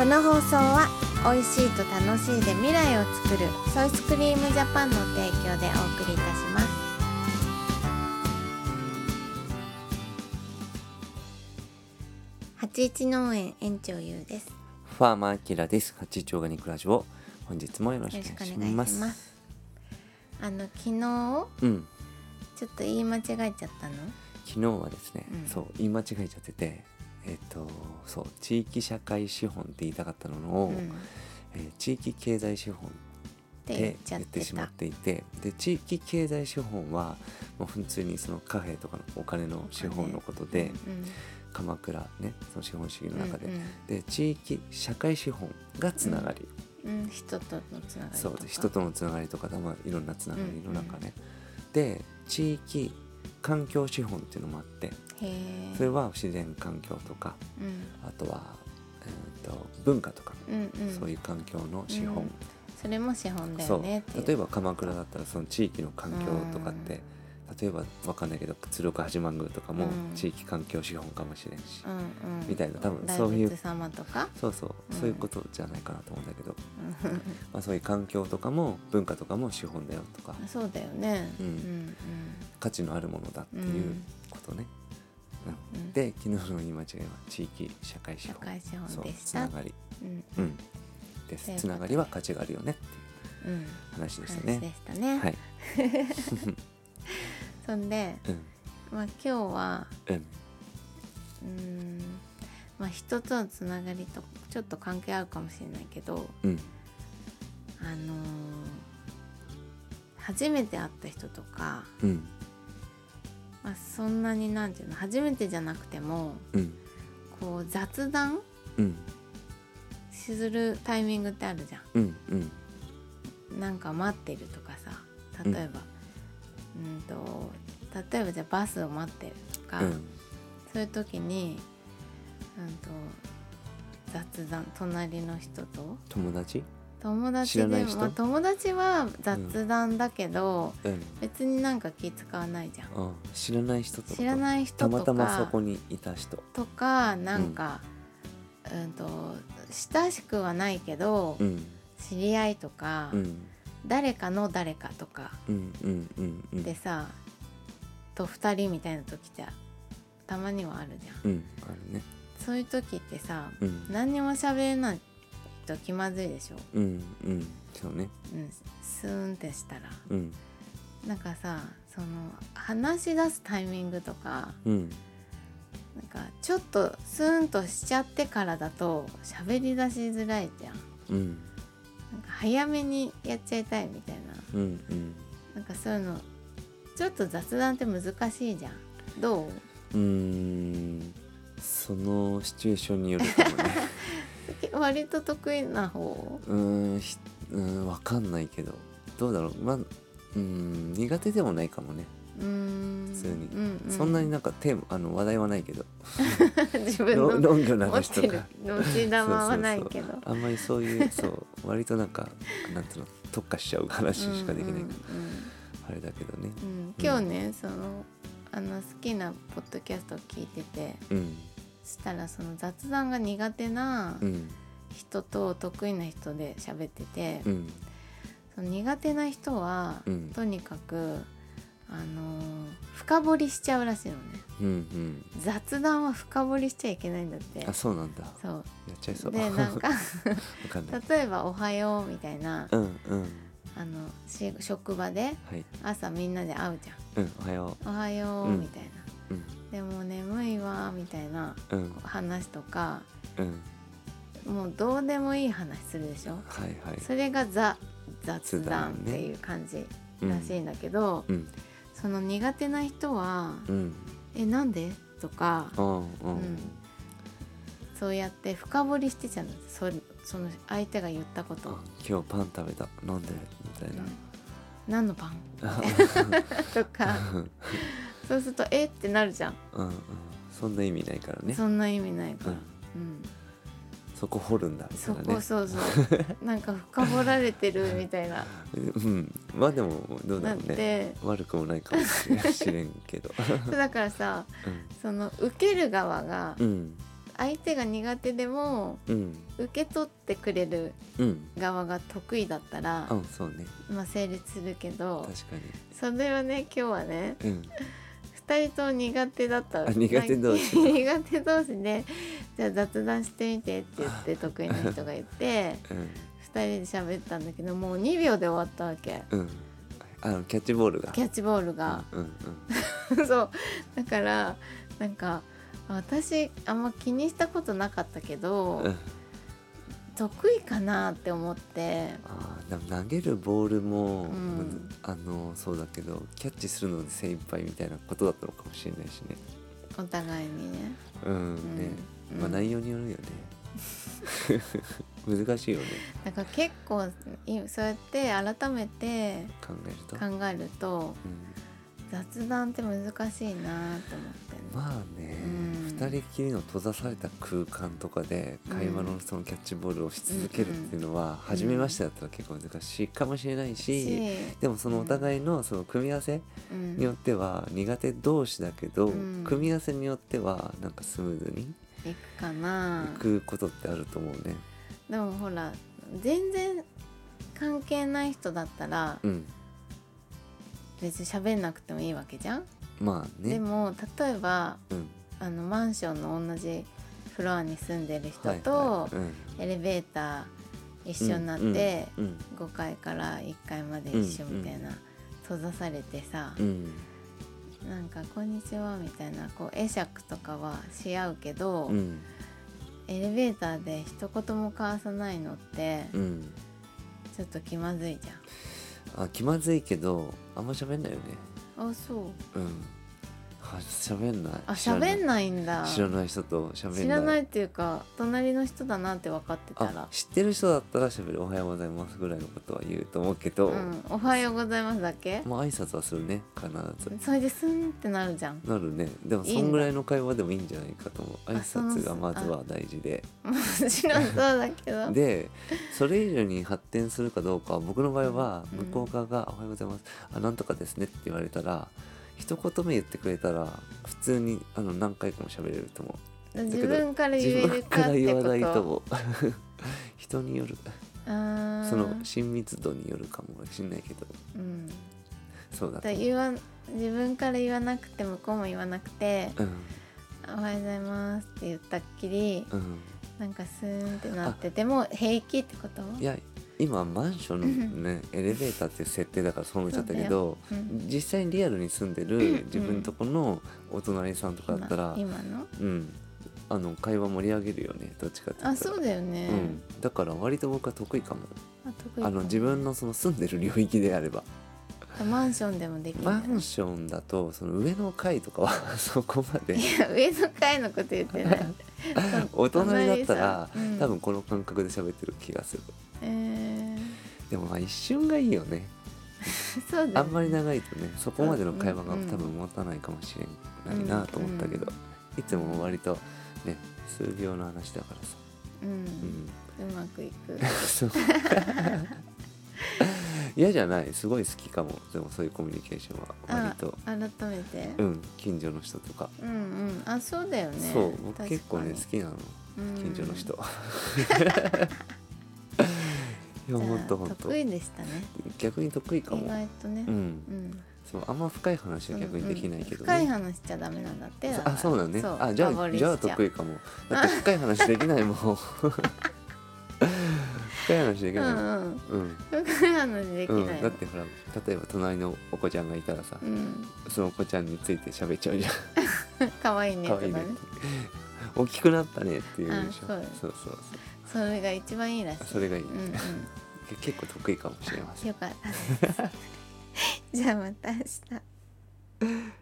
この放送は美味しいと楽しいで未来を作るソイスクリームジャパンの提供でお送りいたします。八一農園園長ゆうです。 ファーマーアキラです。八一オーガニックラジオ、本日もよろしくお願いします。 昨日、ちょっと言い間違えちゃったの？ 昨日はですね、そう言い間違えちゃってて、そう地域社会資本って言いたかったのを、地域経済資本って言ってしまっていて、で地域経済資本はもう普通にその貨幣とかのお金の資本のことで、鎌倉ね、その資本主義の中で、で地域社会資本がつながり、 人とのつながりとか、 そうです、人とのつながりとか、いろんなつながりの中ね、で地域環境資本っていうのもあって、それは自然環境とか、あとは、文化とか、そういう環境の資本、 それも資本だよねっていう。 例えば鎌倉だったらその地域の環境とかって、例えば分かんないけど鶴岡八幡宮とかも地域環境資本かもしれんし、みたいな、多分そういう大仏様とか、 そういうことじゃないかなと思うんだけど、そういう環境とかも文化とかも資本だよとか、 そうだよね、 価値のあるものだっていうことね。で昨日の言い間違いは地域社会資本でした。 つながり、です。つながりは価値があるよねっていう話でしたね。はい。 そんで、今日は、人とのつながりとちょっと関係あるかもしれないけど、初めて会った人とか、そんなになんていうの、初めてじゃなくても、こう雑談、するタイミングってあるじゃん。なんか待ってるとかさ、例えば、例えばじゃあバスを待ってるとか、そういう時に、雑談、隣の人と友達でも、友達は雑談だけど、別になんか気使わないじゃん。 知らない人とかたまたまそこにいた人とか、なんか、親しくはないけど、知り合いとか、誰かの誰かとかでさ、と2人みたいな時ってたまにはあるじゃん。 あるね。そういう時ってさ、何にも喋れないと気まずいでしょ。 そうね。 スーンってしたら、なんかさ、その話し出すタイミングとか、なんかちょっとスーンとしちゃってからだと喋り出しづらいじゃん。なんか早めにやっちゃいたいみたいな、なんかそういうのちょっと雑談って難しいじゃん。どう？ そのシチュエーションによるかもね。 割と得意な方？ わかんないけど、どうだろう。苦手でもないかもね。普通に、そんなになんか話題はないけど自分の論拠の話とか持ち玉はないけど、 あんまりそういう割となんかなんていうの、特化しちゃう話しかできないから、あれだけどね。 今日ね、その好きなポッドキャストを聞いてて、したらその雑談が苦手な人と得意な人で喋ってて、その苦手な人は、とにかく深掘りしちゃうらしいのね。雑談は深掘りしちゃいけないんだって。 そうなんだ。 そうやっちゃいそうで、なんか例えばおはようみたいな、職場で朝みんなで会うじゃん。おはようみたいな、でも眠いわみたいな話とか、もうどうでもいい話するでしょ。それが雑談っていう感じらしいんだけど、その苦手な人は、なんでとか、そうやって深掘りしてちゃうんです。その相手が言ったこと。 今日パン食べた、なんでみたいな、 何のパンとかそうするとってなるじゃん。 そんな意味ないからね。 そんな意味ないから、 そこ掘るんだみたいなね。 そうなんか深掘られてるみたいな。 まあでもどうだろうね。悪くもないかもしれんけど。 だからさ、その受ける側が、 相手が苦手でも、受け取ってくれる側が得意だったら、 そうね、 成立するけど、 確かにそれはね今日はね、2人とも苦手だった苦手同士苦手同士でじゃあ雑談してみてって言って得意な人が言って、2人で喋ったんだけどもう2秒で終わったわけ、 キャッチボールが、 そうだからなんか私あんま気にしたことなかったけど、得意かなって思って。 でも投げるボールも、そうだけどキャッチするので精一杯みたいなことだったのかもしれないしね、 お互いにね。 内容によるよね難しいよね。 だから結構そうやって改めて考えると、 雑談って難しいなと思ってね。 2人きりの閉ざされた空間とかで会話のそのキャッチボールをし続けるっていうのは、初めましてだったら結構難しいかもしれないし、でもそのお互いのその組み合わせによっては苦手同士だけど、組み合わせによってはなんかスムーズにいくかな、 いくことってあると思うね。 でもほら全然関係ない人だったら、別に喋んなくてもいいわけじゃん。でも例えば、マンションの同じフロアに住んでる人と、エレベーター一緒になって、5階から1階まで一緒みたいな、閉ざされてさ、なんかこんにちはみたいなこう会釈とかはし合うけど、エレベーターで一言も交わさないのって、ちょっと気まずいじゃん。 気まずいけどあんま喋んないよね。 そう。 喋んない。 喋んないんだ。 知らない人と喋んない。 知らないっていうか隣の人だなって分かってたら。 知ってる人だったら喋る、おはようございますぐらいのことは言うと思うけど、 おはようございますだけ。 挨拶はするね、必ず。 それでスンってなるじゃん。 なるね。でもそんぐらいの会話でもいいんじゃないかと思う。挨拶がまずは大事で。 もちろんそうだけど。 でそれ以上に発展するかどうかは、僕の場合は向こう側がおはようございます、なんとかですねって言われたら、一言目言ってくれたら普通に何回かも喋れると思う。 自分から言えるかってこと。自分から言わないと思う人による。その親密度によるかもしれないけど、そうだと自分から言わなくて向こうも言わなくて、おはようございますって言ったっきり、なんかスーンってなってても平気ってこと？ いや今マンションのねエレベーターっていう設定だからそう思っちゃったけど、実際にリアルに住んでる自分とこのお隣さんとかだったら、 今の会話盛り上げるよね、どっちかって言ったら。 そうだよね、 だから割と僕は得意かも。 得意かも。 自分のその住んでる領域であれば。 マンションでもできる。 マンションだとその上の階とかはそこまで。 いや上の階のこと言ってないお隣だったら、多分この感覚で喋ってる気がする。でも一瞬がいいよね。 そうだね。 あんまり長いとね、そこまでの会話が多分持たないかもしれないなと思ったけど、いつも割とね数秒の話だからさ、 うまくいく。 そう嫌じゃない、すごい好きかも。でもそういうコミュニケーションは割と改めて近所の人とか、 そうだよね。 そう僕結構ね好きなの、近所の人いやほんと得意でしたね。 逆に得意かも。 意外とね。 そうあんま深い話は逆にできないけどね。 深い話しちゃダメなんだって。 そうだね。じゃあ得意かも。だって深い話できないもん。深い話できない。 深い話できない。 だってほら例えば隣のお子ちゃんがいたらさ、そのお子ちゃんについて喋っちゃうじゃん。 可愛いねとかね。 大きくなったねっていうでしょ。そう。 それが一番いいらしい。 それがいい。結構得意かもしれません。 よかったです。じゃあまた明日。